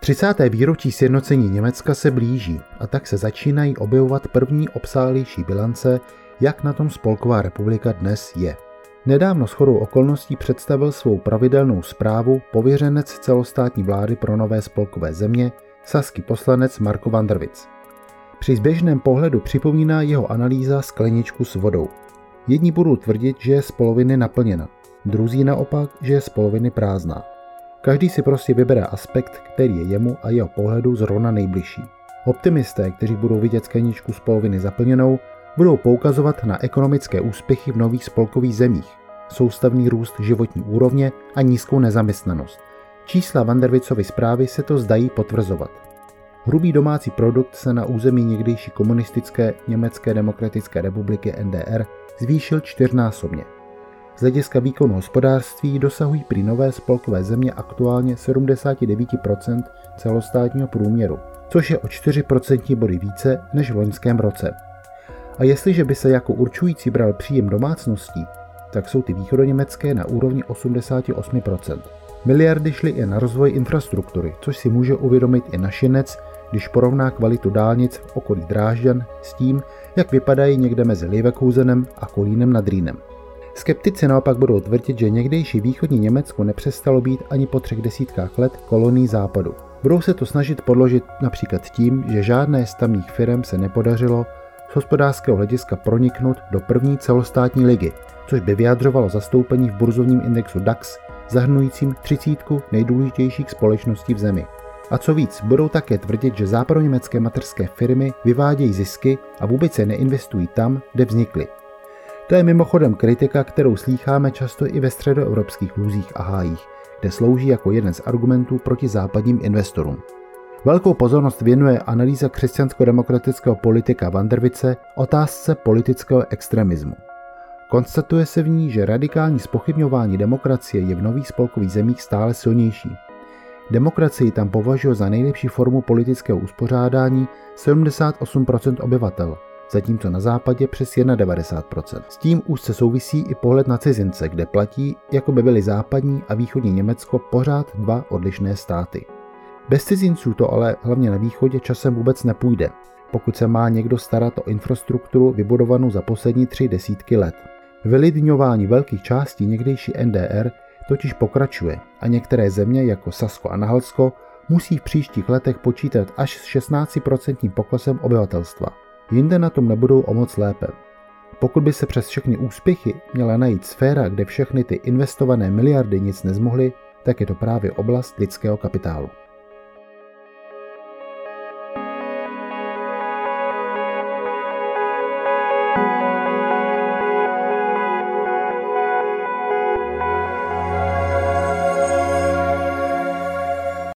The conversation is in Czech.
30. výročí sjednocení Německa se blíží a tak se začínají objevovat první obsáhlejší bilance, jak na tom Spolková republika dnes je. Nedávno shodou okolností představil svou pravidelnou zprávu pověřenec celostátní vlády pro nové spolkové země, saský poslanec Marko van der Witz. Při zběžném pohledu připomíná jeho analýza skleničku s vodou. Jedni budou tvrdit, že je z poloviny naplněna, druzí naopak, že je z poloviny prázdná. Každý si prostě vybere aspekt, který je jemu a jeho pohledu zrovna nejbližší. Optimisté, kteří budou vidět skleničku z poloviny zaplněnou, budou poukazovat na ekonomické úspěchy v nových spolkových zemích, soustavný růst životní úrovně a nízkou nezaměstnanost. Čísla van der Witzovy zprávy se to zdají potvrzovat. Hrubý domácí produkt se na území někdejší komunistické Německé demokratické republiky NDR zvýšil 4násobně. Z hlediska výkonu hospodářství dosahují prý nové spolkové země aktuálně 79% celostátního průměru, což je o 4% body více než v loňském roce. A jestliže by se jako určující bral příjem domácností, tak jsou ty východoněmecké na úrovni 88%. Miliardy šly i na rozvoj infrastruktury, což si může uvědomit i našinec, když porovná kvalitu dálnic v okolí Drážďan s tím, jak vypadají někde mezi Leverkusenem a Kolínem nad Rýnem. Skeptici naopak budou tvrdit, že někdejší východní Německo nepřestalo být ani po 3 desítkách let kolonií západu. Budou se to snažit podložit například tím, že žádné z tamních firem se nepodařilo z hospodářského hlediska proniknout do první celostátní ligy, což by vyjadřovalo zastoupení v burzovním indexu DAX, zahrnujícím 30 nejdůležitějších společností v zemi. A co víc, budou také tvrdit, že západoněmecké mateřské firmy vyvádějí zisky a vůbec se neinvestují tam, kde vznikly. To je mimochodem kritika, kterou slýcháme často i ve středoevropských lůzích a hájích, kde slouží jako jeden z argumentů proti západním investorům. Velkou pozornost věnuje analýza křesťansko-demokratického politika van der Witze otázce politického extremismu. Konstatuje se v ní, že radikální zpochybňování demokracie je v nových spolkových zemích stále silnější. Demokracii tam považuje za nejlepší formu politického uspořádání 78% obyvatel, zatímco na západě přes 91%. S tím úzce souvisí i pohled na cizince, kde platí, jako by byly západní a východní Německo pořád dva odlišné státy. Bez cizinců to ale hlavně na východě časem vůbec nepůjde, pokud se má někdo starat o infrastrukturu vybudovanou za poslední 3 desítky let. Vylidňování velkých částí někdejší NDR totiž pokračuje a některé země jako Sasko-Anhaltsko musí v příštích letech počítat až s 16% poklesem obyvatelstva. Jinde na tom nebudou o moc lépe. Pokud by se přes všechny úspěchy měla najít sféra, kde všechny ty investované miliardy nic nezmohly, tak je to právě oblast lidského kapitálu.